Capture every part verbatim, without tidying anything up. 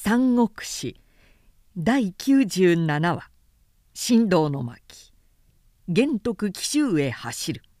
三国史だいきゅうじゅうななわ神道の巻玄徳紀州へ走る。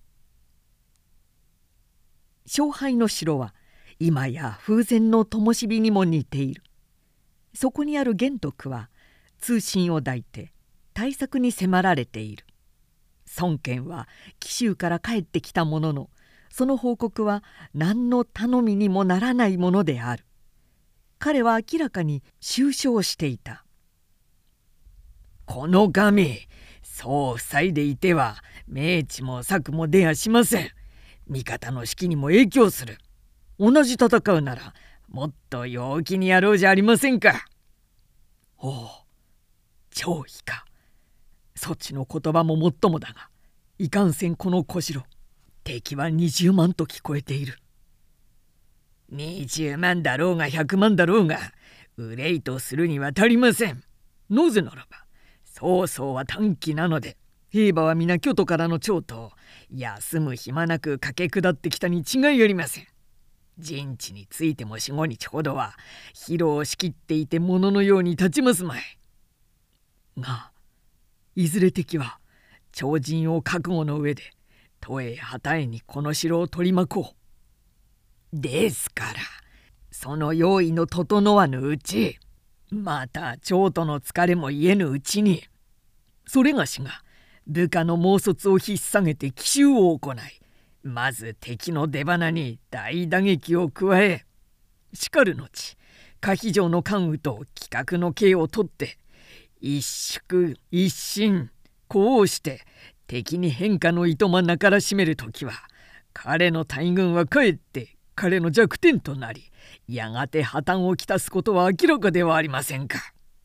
勝敗の城は今や風前の灯火にも似ている。そこにある玄徳は通信を抱いて対策に迫られている。孫権は紀州から帰ってきたものの、その報告は何の頼みにもならないものである。彼は明らかに愁傷していた。 この神、そう塞いでいては明智も策も出やしません。味方の士気にも影響する。同じ戦うならもっと陽気にやろうじゃありませんか。 おお、張飛か。そっちの言葉ももっともだが、いかんせんこの小城、敵はにじゅうまんと聞こえている。 にじゅうまんだろうがひゃくまんだろうが憂いとするには足りません。なぜならば曹操は短気なので、兵馬は皆京都からの長途を休む暇なく駆け下ってきたに違いありません。陣地についてもよん、ごにちほどは疲労しきっていてもののように立ちますまい。 がいずれ敵は超人を覚悟の上で都へ旗へにこの城を取り巻こう。 ですからその用意の整わぬうち、また長途の疲れも癒えぬうちに、 それがしが部下の猛卒を引っ提げて奇襲を行い、 まず敵の出鼻に大打撃を加え、 しかる後下肥城の関羽と規格の計を取って、 一宿一進こうして敵に変化のいとまなからしめる時は、彼の大軍はかえって彼の弱点となり、やがて破綻をきたすことは明らかではありませんか。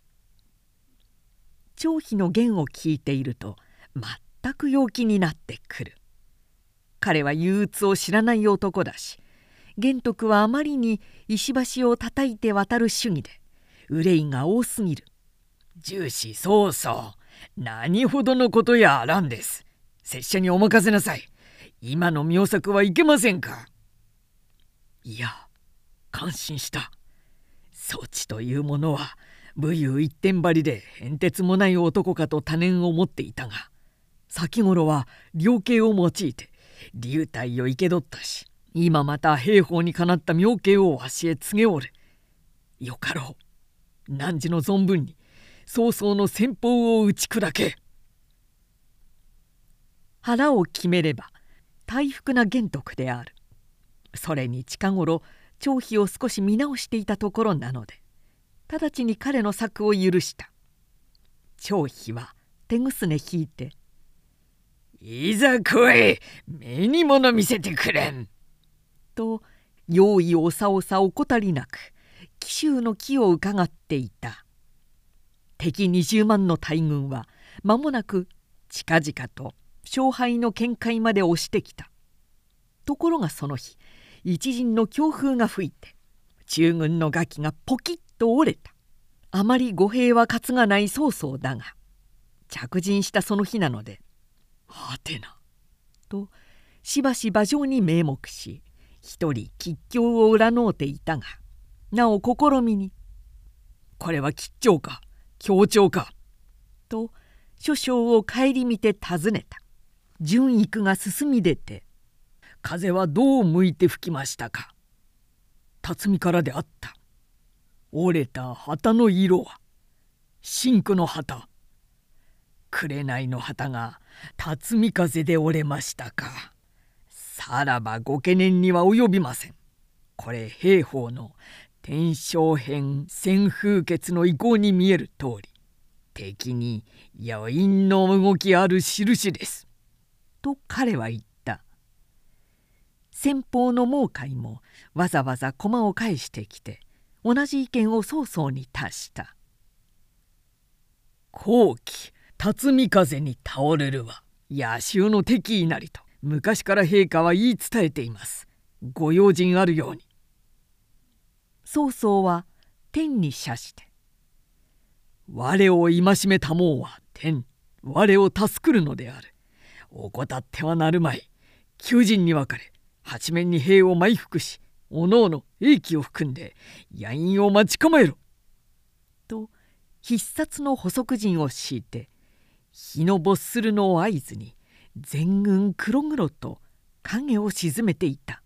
張飛の言を聞いていると全く陽気になってくる。彼は憂鬱を知らない男だし、玄徳はあまりに石橋を叩いて渡る主義で憂いが多すぎる。 重視曹操、何ほどのことやあらんです。拙者にお任せなさい。今の妙策はいけませんか。 いや、感心した。そちというものは武勇一点張りで変哲もない男かと多念を持っていたが、先頃は猟計を用いて竜体を生け取ったし、今また兵法にかなった妙計をわしへ告げおる。よかろう、汝の存分に曹操の戦法を打ち砕け。腹を決めれば大服な玄徳である。それに近頃張飛を少し見直していたところなので、直ちに彼の策を許した。張飛は手ぐすね引いて 「いざ来い、目に物見せてくれん」 と用意おさおさ怠りなく紀州の機をうかがっていた。敵にじゅうまんの大軍は間もなく近々と勝敗の見解まで押してきた。ところがその日、一陣の強風が吹いて中軍の餓鬼がポキッと折れた。あまり語弊は担がない曹操だが、着陣したその日なので「はてな」としばし馬上に名目し、一人吉凶を占うていたが、なお試みに「これは吉兆か凶兆か」と諸将を顧みて尋ねた。順育が進み出て「風はどう向いて吹きましたか」。辰巳からであった。折れた旗の色は真紅の旗。紅の旗が辰巳風で折れましたか。さらばご懸念には及びません。これ兵法の天正変旋風穴の意向に見える通り、敵に余韻の動きある印です。と彼は言った。先方の孟海もわざわざ駒を返してきて同じ意見を曹操に達した。後期辰巳風に倒れるは野襲の敵意なりと昔から陛下は言い伝えています。ご用心あるように。曹操は天に射して「我を戒めたもうは天、我を助くるのである。怠ってはなるまい。求人に分かれ八面に兵を埋伏し、おのおの英気を含んで野因を待ち構えろ」 と必殺の補足陣を敷いて日の没するのを合図に全軍黒々と影を鎮めていた。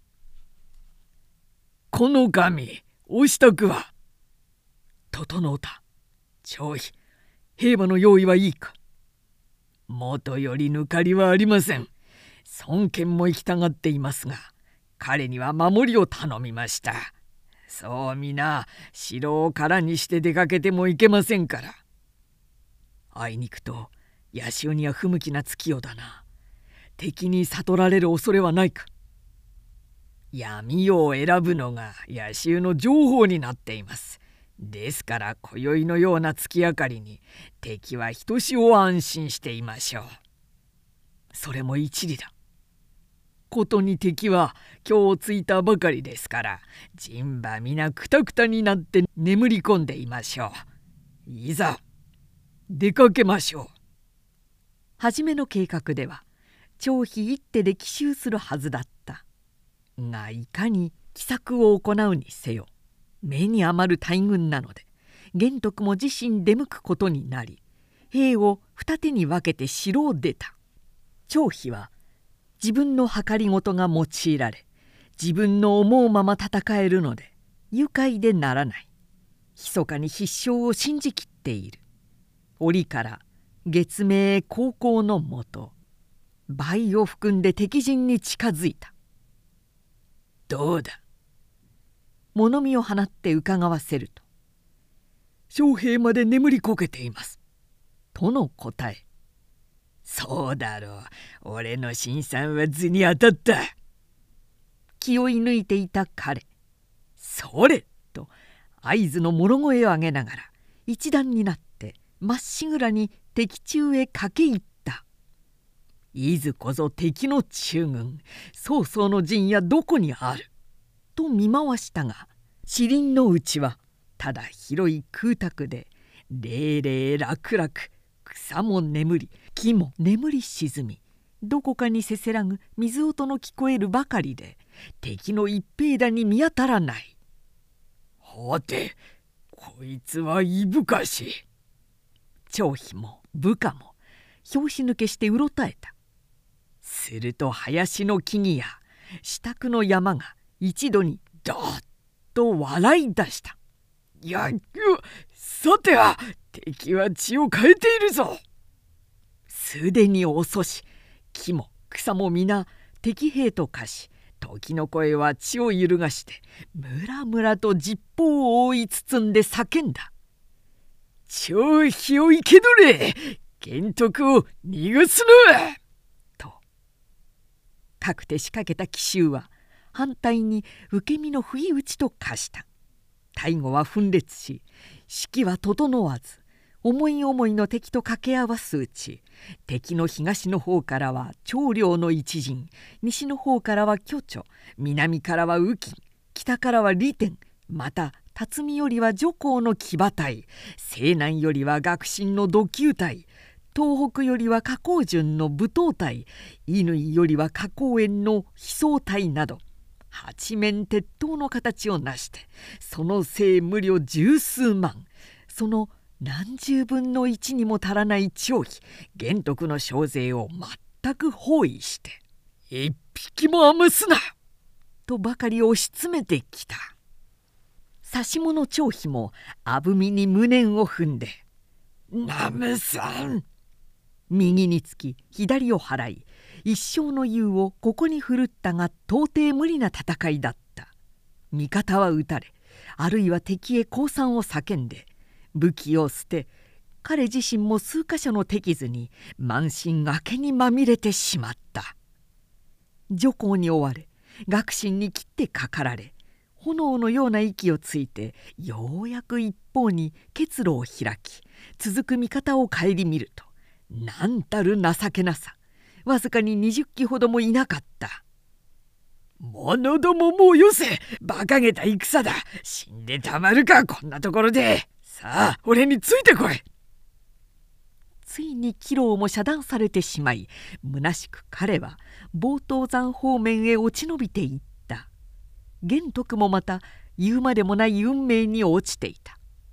この神お支度は整うた。張飛、兵馬の用意はいいか。 もとより抜かりはありません。孫権も行きたがっていますが、彼には守りを頼みました。そう皆城を空にして出かけてもいけませんから。 あいにくと八潮には不向きな月夜だな。敵に悟られる恐れはないか。 闇夜を選ぶのが八潮の情報になっています。ですから今宵のような月明かりに敵はひとしお安心していましょう。 それも一理だ。 ことに敵は今日着いたばかりですから、人馬皆くたくたになって眠り込んでいましょう。いざ出かけましょう。 初めの計画では張飛一手で奇襲するはずだったが、いかに奇策を行うにせよ目に余る大軍なので、玄徳も自身出向くことになり、兵を二手に分けて城を出た。張飛は自分の計りごとが用いられ、自分の思うまま戦えるので愉快でならない。密かに必勝を信じきっている。折から月明高校のもと、倍を含んで敵陣に近づいた。 どうだ。 物見を放って伺わせると、 将兵まで眠りこけていますとの答え。 そうだろう、俺の辛酸は図に当たった。 気を射抜いていた彼、 それと合図のもろ声を上げながら一段になってまっしぐらに敵中へ駆け入った。いずこぞ敵の中軍、曹操の陣やどこにあると見回したが、士林のうちはただ広い空宅で、冷々楽々、草も眠り木も眠り沈み、どこかにせせらぐ水音の聞こえるばかりで、敵の一兵だに見当たらない。 はて、こいつはいぶかし。 張飛も部下も拍子抜けしてうろたえた。すると林の木々や支度の山が一度にドーッと笑い出した。 いや、さては敵は血を変えているぞ。 すでに遅し、木も草も皆敵兵と化し、時の声は血を揺るがしてむらむらと十方を覆い包んで叫んだ。 張飛を生け捕れ、玄徳を逃がすな。 とかくて仕掛けた奇襲は反対に受け身の不意打ちと化した。大後は分裂し、士気は整わず、思い思いの敵と掛け合わすうち、敵の東の方からは長領の一陣、西の方からは巨著、南からは雨巾、北からは利天、また辰巳よりは徐行の騎馬隊、西南よりは学信の土球隊、東北よりは加工順の武闘隊、乾よりは加工園の飛走隊など、八面鉄塔の形をなして、その精無量十数万、その何十分の一にも足らない張飛玄徳の小勢を全く包囲して、 一匹も余すなとばかり押し詰めてきた。指し物張飛もあぶみに無念を踏んで、 ナムさん、 右につき左を払い、一生の勇をここに振るったが到底無理な戦いだった。味方は撃たれ、あるいは敵へ降参を叫んで武器を捨て、彼自身も数か所の手傷に満身明けにまみれてしまった。徐行に追われ、学信に切ってかかられ、炎のような息をついてようやく一方に結露を開き、続く味方を顧みると、なんたる情けなさ、わずかに二十騎ほどもいなかった。 者どももうよせ、馬鹿げた戦だ。死んでたまるか、こんなところで。さあ俺についてこい。 ついに帰路も遮断されてしまい、虚しく彼は房東山方面へ落ち延びていった。玄徳もまた言うまでもない運命に落ちていた。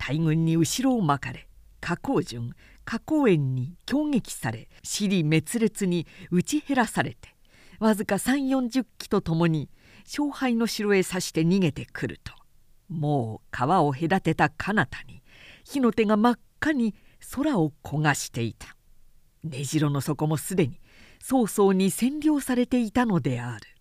大軍に後ろを巻かれ、加工順加工園に攻撃され、尻滅裂に打ち減らされて、わずかさんじゅうよんじゅっきとともに勝敗の城へ指して逃げてくると、もう川を隔てた彼方に火の手が真っ赤に空を焦がしていた。根城の底もすでに曹操に占領されていたのである。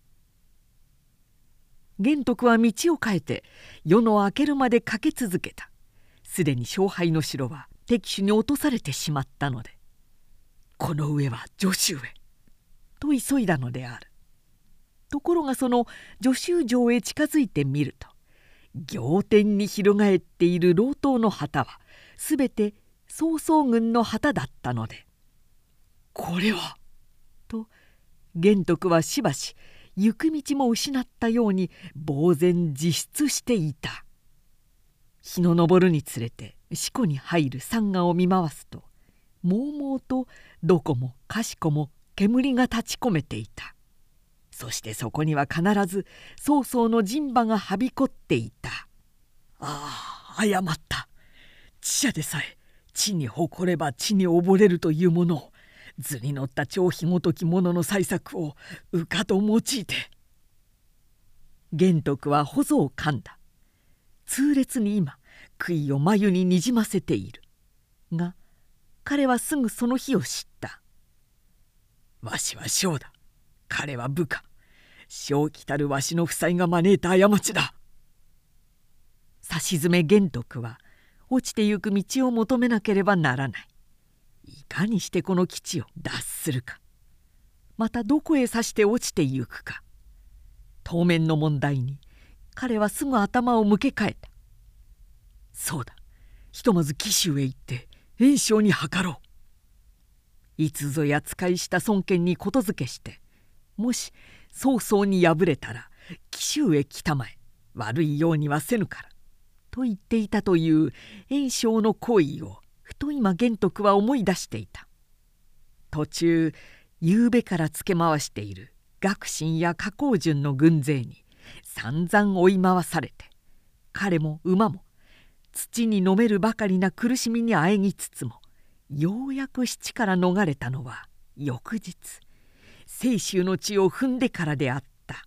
玄徳は道を変えて夜の明けるまで駆け続けた。すでに勝敗の城は敵手に落とされてしまったので、この上は徐州へと急いだのである。ところがその徐州城へ近づいてみると、仰天に翻っている老頭の旗はすべて曹操軍の旗だったので、これはと玄徳はしばし行く道も失ったように呆然自失していた。日の昇るにつれて四股に入る山河を見回すと、もうもうとどこもかしこも煙が立ち込めていた。そしてそこには必ず曹操の陣馬がはびこっていた。ああ、誤った。知者でさえ地に誇れば地に溺れるというものを、図に乗った張飛ごとき者の才作をうかと用いて。玄徳はほぞを噛んだ。痛烈に今悔いを眉ににじませているが、彼はすぐその日を知った。わしは将だ、彼は部下。正気たるわしの負債が招いた過ちだ。さしずめ玄徳は落ちてゆく道を求めなければならない。いかにしてこの基地を脱するか、またどこへ指して落ちてゆくか、当面の問題に彼はすぐ頭を向け替えた。そうだ、ひとまず紀州へ行って袁紹に諮ろう。いつぞや使いした孫権にことづけして、もし曹操に敗れたら紀州へ来たまえ、悪いようにはせぬからと言っていたという袁紹の行為をふと今玄徳は思い出していた。途中夕べからつけ回している学信や加工順の軍勢に散々追い回されて、彼も馬も土に飲めるばかりな苦しみにあえぎつつも、ようやく七から逃れたのは翌日清州の地を踏んでからであった。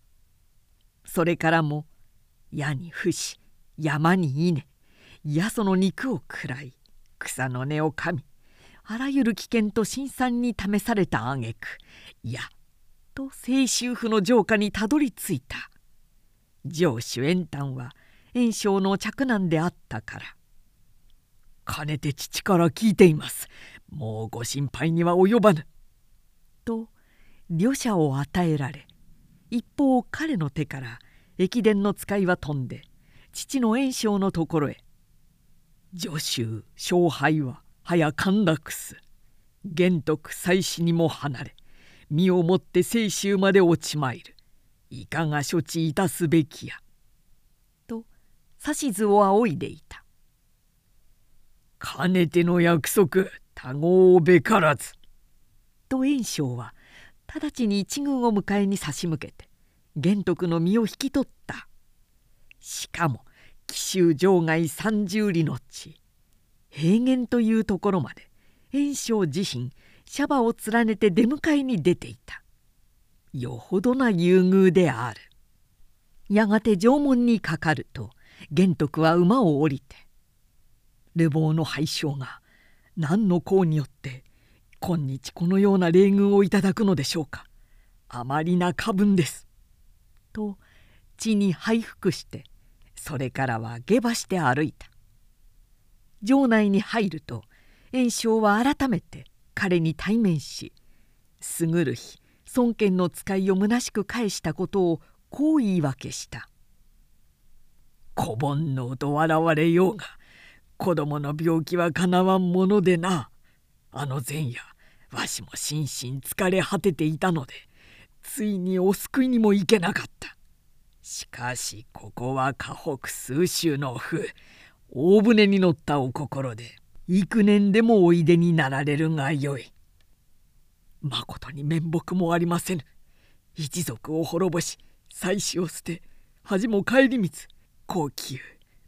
それからも矢に伏し山に稲、八十の肉を食らい草の根を噛み、あらゆる危険と辛酸に試された挙句、やっと清州府の城下にたどり着いた。城主袁譚は袁紹の嫡男であったから、かねて父から聞いています。もうご心配には及ばぬ。と旅者を与えられ、一方彼の手から駅伝の使いは飛んで父の袁紹のところへ、徐州勝敗は早陥落す。玄徳妻子にも離れ、身をもって清州まで落ちまいる。いかが処置いたすべきや。と指図を仰いでいた。かねての約束、他合をべからず。と袁紹は直ちに一軍を迎えに差し向けて玄徳の身を引き取った。しかも紀州城外三十里の地、平原というところまで袁紹自身シャバを連ねて出迎えに出ていた。よほどな優遇である。やがて城門にかかると玄徳は馬を降りて、流亡の敗将が何の功によって今日このような礼遇をいただくのでしょうか。あまりな過分です。と地に拝服して、それからは下馬して歩いた。城内に入ると袁紹は改めて彼に対面し、過ぐる日孫権の使いを虚しく返したことをこう言い訳した。子煩悩と笑われようが、子供の病気はかなわんものでな。あの前夜わしも心身疲れ果てていたので、ついにお救いにも行けなかった。しかしここは河北数州の府、大船に乗ったお心で幾年でもおいでになられるがよい。まことに面目もありませぬ。一族を滅ぼし妻子を捨て、恥も顧みず高級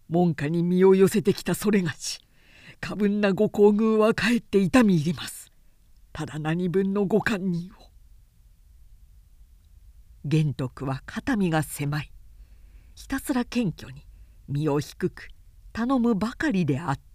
門下に身を寄せてきたそれがし、過分なご厚遇はかえって痛み入ります。ただ何分のご堪忍を。玄徳は肩身が狭い。ひたすら謙虚に身を低く頼むばかりであった。